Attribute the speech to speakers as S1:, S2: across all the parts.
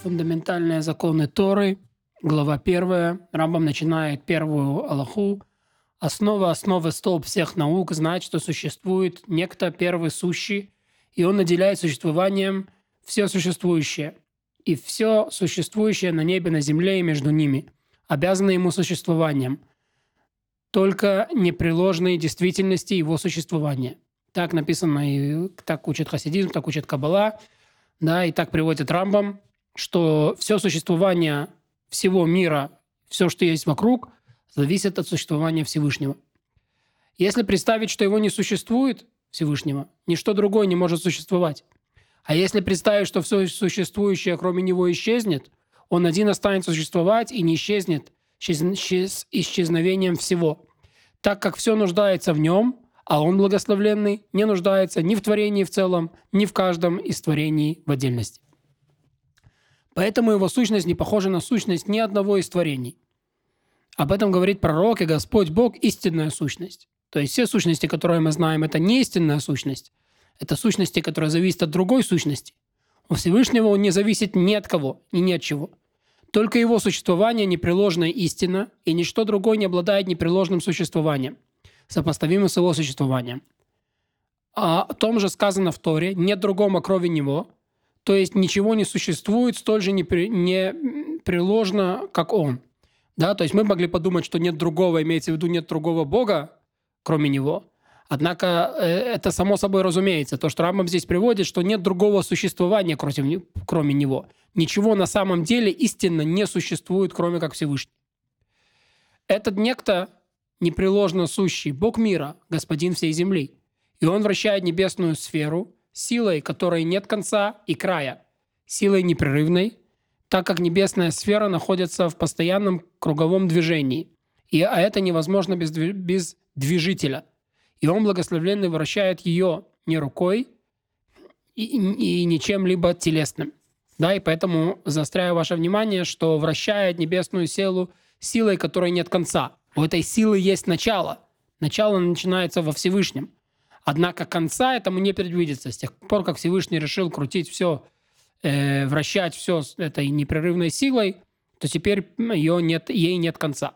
S1: Фундаментальные законы Торы, глава 1. Рамбам начинает первую алаху. Основа основы столб всех наук знать, что существует некто первый сущий, и он наделяет существованием все существующее. И все существующее на небе, на земле и между ними обязано ему существованием, только непреложной действительности его существования. Так написано, и так учит хасидизм, так учит Каббала, да, и так приводит Рамбам, что все существование всего мира, все, что есть вокруг, зависит от существования Всевышнего. Если представить, что его не существует, Всевышнего, ничто другое не может существовать. А если представить, что все существующее, кроме него, исчезнет, он один останется существовать и не исчезнет с исчезновением всего. Так как все нуждается в нем, а он, благословленный, не нуждается ни в творении в целом, ни в каждом из творений в отдельности. Поэтому его сущность не похожа на сущность ни одного из творений. Об этом говорит пророк, и Господь Бог – истинная сущность. То есть все сущности, которые мы знаем, это не истинная сущность. Это сущности, которые зависят от другой сущности. У Всевышнего он не зависит ни от кого и ни от чего. Только его существование – непреложная истина, и ничто другое не обладает непреложным существованием, сопоставимым с его существованием. А о том же сказано в Торе: «Нет другого кроме него». То есть ничего не существует столь же непреложно, как он. Да? То есть мы могли подумать, что нет другого, имеется в виду нет другого Бога, кроме него. Однако это само собой разумеется. То, что Рамбам здесь приводит, что нет другого существования, кроме него. Ничего на самом деле истинно не существует, кроме как Всевышний. Этот некто непреложно сущий, Бог мира, Господин всей земли. И он вращает небесную сферу силой, которой нет конца и края, силой непрерывной, так как небесная сфера находится в постоянном круговом движении. А это невозможно без движителя. И он, благословенный, вращает ее не рукой и не чем-либо телесным. Да, и поэтому заостряю ваше внимание, что вращает небесную силу силой, которой нет конца. У этой силы есть начало. Начало начинается во Всевышнем. Однако конца этому не предвидится. С тех пор, как Всевышний решил крутить все, вращать все с этой непрерывной силой, то теперь ей нет конца.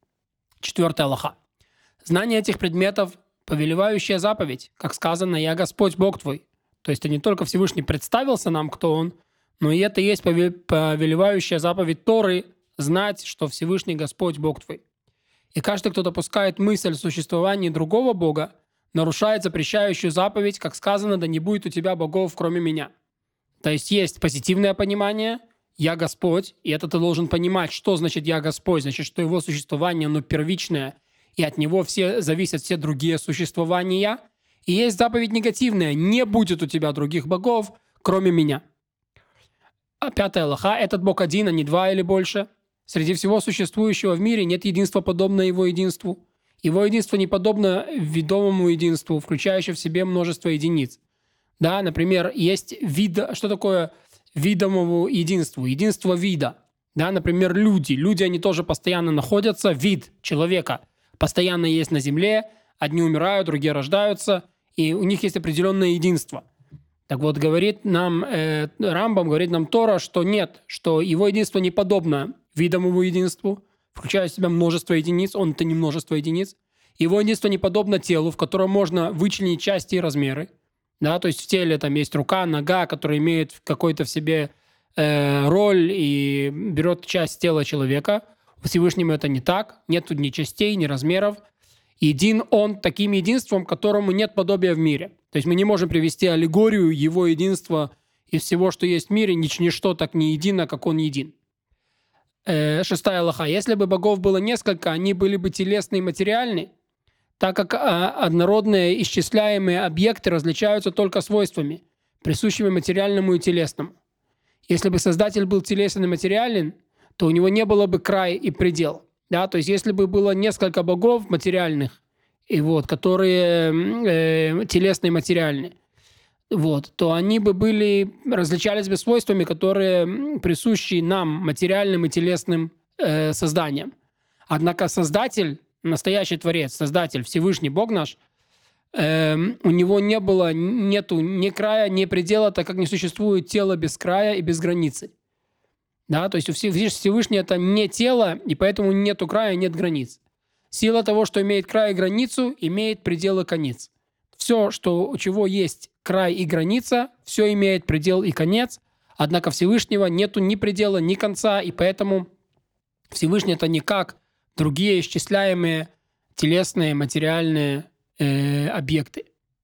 S1: 4 алаха. Знание этих предметов – повелевающая заповедь, как сказано: «Я Господь Бог твой». То есть это не только Всевышний представился нам, кто Он, но и это есть повелевающая заповедь Торы – знать, что Всевышний Господь Бог твой. И каждый, кто допускает мысль о существовании другого Бога, нарушает запрещающую заповедь, как сказано: «Да не будет у тебя богов, кроме меня». То есть позитивное понимание «Я Господь», и это ты должен понимать, что значит «Я Господь», значит, что его существование, оно первичное, и от него зависят все другие существования. И есть заповедь негативная: «Не будет у тебя других богов, кроме меня». 5 алаха. Этот Бог один, а не два или больше. Среди всего существующего в мире нет единства, подобного его единству. Его единство не подобно ведомому единству, включающему в себе множество единиц. Да, например, есть вид. Что такое видомому единству? Единство вида. Да, например, люди. Люди, они тоже постоянно находятся. Вид человека постоянно есть на земле. Одни умирают, другие рождаются. И у них есть определенное единство. Так вот, говорит нам Рамбам, говорит нам Тора, что нет, что его единство не подобно видомому единству, включая в себя множество единиц, он – это не множество единиц. Его единство не подобно телу, в котором можно вычленить части и размеры. Да, то есть в теле там есть рука, нога, которая имеет какой-то в себе роль и берет часть тела человека. У Всевышнего это не так. Нет тут ни частей, ни размеров. Един он таким единством, которому нет подобия в мире. То есть мы не можем привести аллегорию его единства из всего, что есть в мире. Ничто так не едино, как он един. 6 алаха. Если бы богов было несколько, они были бы телесны и материальны, так как однородные исчисляемые объекты различаются только свойствами, присущими материальному и телесному. Если бы Создатель был телесен и материален, то у него не было бы край и предел. Да? То есть если бы было несколько богов материальных, которые телесные и материальные, то они бы различались бы свойствами, которые присущи нам, материальным и телесным созданиям. Однако Создатель, настоящий Творец, Создатель, Всевышний Бог наш, у него нету ни края, ни предела, так как не существует тело без края и без границы. Да, то есть Всевышний — это не тело, и поэтому нету края, нет границ. Сила того, что имеет край и границу, имеет предел и конец. Все, у чего есть край и граница, все имеет предел и конец. Однако Всевышнего нету ни предела, ни конца, и поэтому Всевышний — это не как другие исчисляемые телесные, материальные объекты.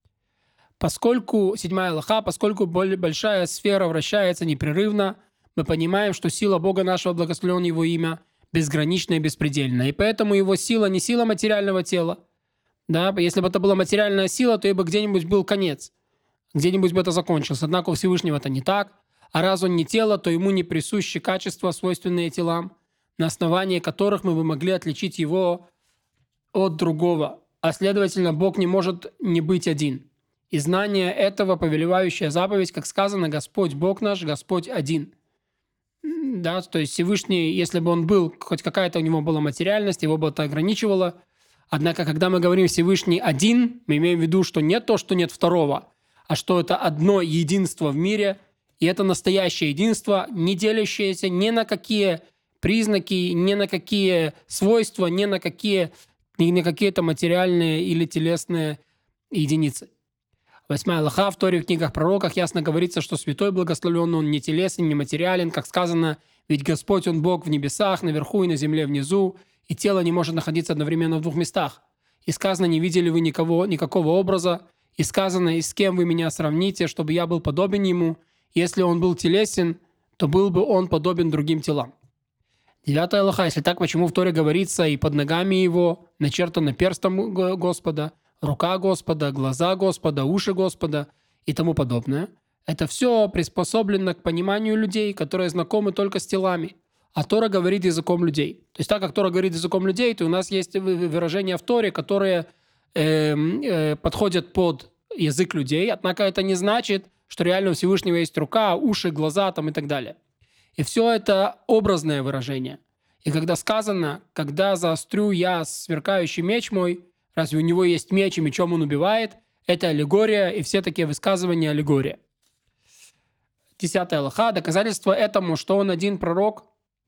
S1: Поскольку, 7-я алаха, поскольку большая сфера вращается непрерывно, мы понимаем, что сила Бога нашего, благословен Его имя, безгранична и беспредельна. И поэтому Его сила не сила материального тела. Да? Если бы это была материальная сила, то и бы где-нибудь был конец. Где-нибудь бы это закончилось. Однако у Всевышнего это не так. А раз Он не тело, то Ему не присущи качества, свойственные телам, на основании которых мы бы могли отличить Его от другого. А следовательно, Бог не может не быть один. И знание этого, повелевающая заповедь, как сказано, Господь Бог наш, Господь один. Да, то есть Всевышний, если бы Он был, хоть какая-то у Него была материальность, Его бы это ограничивало. Однако, когда мы говорим Всевышний один, мы имеем в виду, что нет то, что нет второго, а что это одно единство в мире, и это настоящее единство, не делящееся ни на какие признаки, ни на какие свойства, ни на какие-то материальные или телесные единицы. 8-я алаха в Торе, в книгах пророках ясно говорится, что святой благословен, Он не телесен, не материален, как сказано, ведь Господь, Он Бог в небесах, наверху и на земле внизу, и тело не может находиться одновременно в двух местах. И сказано, не видели вы никакого образа, и сказано, и с кем вы меня сравните, чтобы я был подобен Ему. Если Он был телесен, то был бы Он подобен другим телам. 9-я алаха, если так, почему в Торе говорится, и под ногами Его начертано перстом Господа, рука Господа, глаза Господа, уши Господа и тому подобное. Это все приспособлено к пониманию людей, которые знакомы только с телами. А Тора говорит языком людей. То есть так как Тора говорит языком людей, то у нас есть выражения в Торе, которые подходят под язык людей. Однако это не значит, что реально у Всевышнего есть рука, уши, глаза там, и так далее. И все это образное выражение. И когда сказано, когда заострю я сверкающий меч мой, разве у него есть меч, и мечом он убивает? Это аллегория, и все такие высказывания аллегория. 10-я алаха. Доказательство этому, что он один пророк,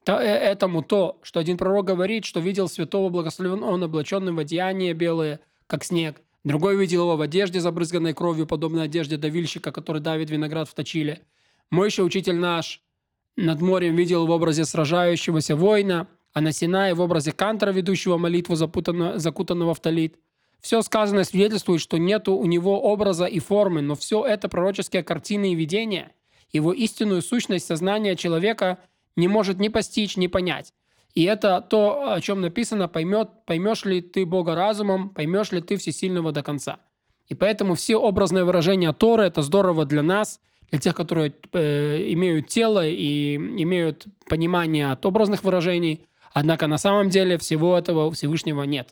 S1: что один пророк говорит, что видел святого благословен он, облаченным в одеяние белое, как снег. Другой видел его в одежде, забрызганной кровью, подобной одежде давильщика, который давит виноград в точиле. Мойша, учитель наш, над морем видел в образе сражающегося воина, а на Синае в образе кантора, ведущего молитву, закутанного в талит. Все сказанное свидетельствует, что нету у него образа и формы, но все это пророческие картины и видения. Его истинную сущность сознания человека не может ни постичь, ни понять. И это то, о чем написано, поймешь ли ты Бога разумом, поймешь ли ты Всесильного до конца. И поэтому все образные выражения Торы – это здорово для нас, для тех, которые имеют тело и имеют понимание от образных выражений. Однако на самом деле всего этого Всевышнего нет.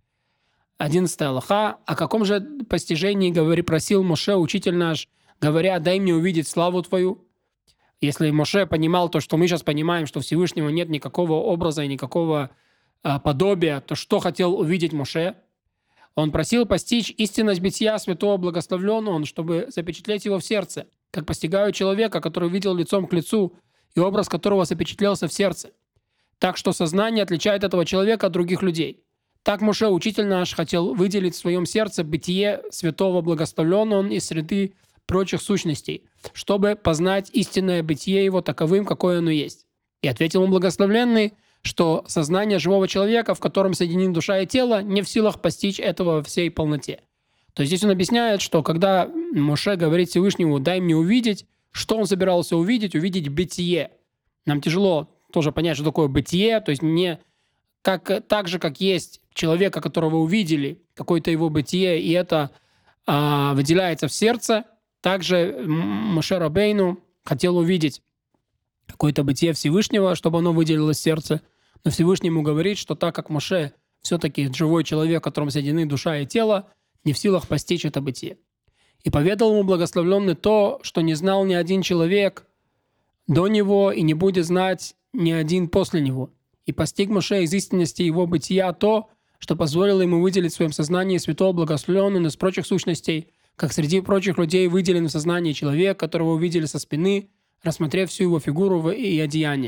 S1: 11-я алаха. О каком же постижении просил Моше, учитель наш, говоря, дай мне увидеть славу Твою? Если Моше понимал то, что мы сейчас понимаем, что Всевышнего нет никакого образа и никакого подобия, то что хотел увидеть Моше? Он просил постичь истинность бытия святого благословлен он, чтобы запечатлеть его в сердце, как постигают человека, который видел лицом к лицу, и образ которого запечатлелся в сердце. Так что сознание отличает этого человека от других людей. Так Моше, учитель наш, хотел выделить в своем сердце бытие святого благословлен он из среды прочих сущностей, чтобы познать истинное бытие его таковым, какое оно есть. И ответил ему благословленный, что сознание живого человека, в котором соединены душа и тело, не в силах постичь этого во всей полноте. То есть здесь он объясняет, что когда Моше говорит Всевышнему «дай мне увидеть», что он собирался увидеть? Увидеть бытие. Нам тяжело тоже понять, что такое бытие, то есть не так же, как есть человека, которого увидели, какое-то его бытие, и это выделяется в сердце. Также Моше Рабейну хотел увидеть какое-то бытие Всевышнего, чтобы оно выделилось в сердце. Но Всевышний ему говорит, что так как Моше все-таки живой человек, в котором соединены душа и тело, не в силах постичь это бытие. И поведал ему благословленный то, что не знал ни один человек до него и не будет знать ни один после него. И постиг Моше из истинности его бытия то, что позволило ему выделить в своем сознании святого благословенного из прочих сущностей, как среди прочих людей выделен в сознании человек, которого увидели со спины, рассмотрев всю его фигуру и одеяние.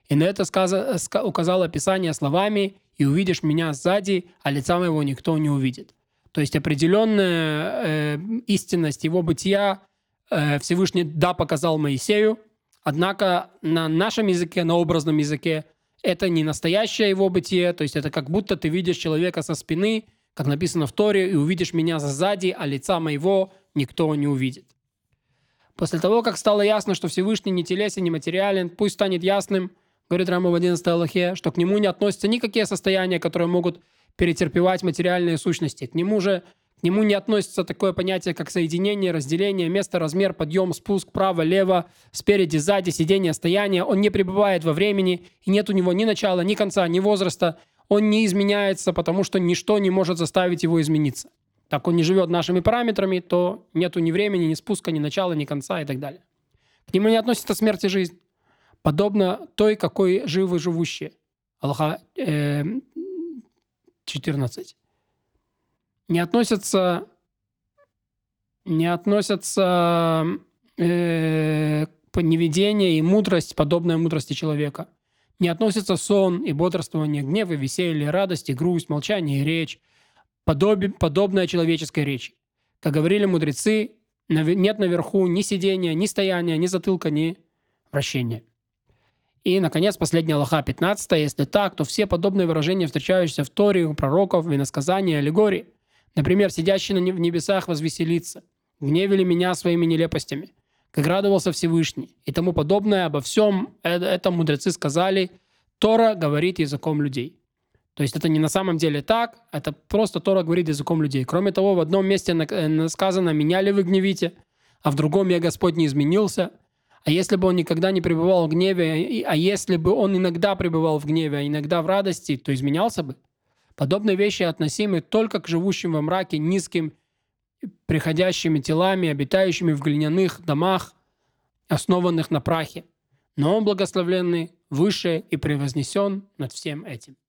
S1: И на это указало Писание словами: «И увидишь меня сзади, а лица моего никто не увидит». То есть определенная истинность его бытия Всевышний показал Моисею, однако на нашем языке, на образном языке, это не настоящее его бытие, то есть это как будто ты видишь человека со спины, как написано в Торе: «И увидишь меня сзади, а лица моего никто не увидит». После того, как стало ясно, что Всевышний не телесен, не материален, пусть станет ясным, говорит Рамбам в 11 алахе, что к нему не относятся никакие состояния, которые могут перетерпевать материальные сущности. К нему не относится такое понятие, как соединение, разделение, место, размер, подъем, спуск, право, лево, спереди, сзади, сидение, стояние. Он не пребывает во времени, и нет у него ни начала, ни конца, ни возраста. Он не изменяется, потому что ничто не может заставить его измениться. Так он не живет нашими параметрами, то нету ни времени, ни спуска, ни начала, ни конца и так далее. К нему не относится смерть и жизнь, подобно той, какой живы живущие. Аллаха 14. Не относятся неведение и мудрость, подобная мудрости человека. Не относится сон и бодрствование, гнев и веселье, радость и грусть, молчание и речь, подобная человеческой речи. Как говорили мудрецы, нет наверху ни сидения, ни стояния, ни затылка, ни вращения. И, наконец, последняя алаха 15. Если так, то все подобные выражения, встречающиеся в Торе, у пророков, в иносказании, аллегории. Например, сидящий в небесах возвеселится, гневили меня своими нелепостями, как радовался Всевышний и тому подобное. Обо всем это мудрецы сказали: Тора говорит языком людей. То есть это не на самом деле так, это просто Тора говорит языком людей. Кроме того, в одном месте сказано: «Меня ли вы гневите?», а в другом: «Я Господь не изменился». А если бы он никогда не пребывал в гневе, а если бы он иногда пребывал в гневе, а иногда в радости, то изменялся бы? Подобные вещи относимы только к живущим во мраке, низким, приходящими телами, обитающими в глиняных домах, основанных на прахе. Но он благословленный, выше и превознесен над всем этим.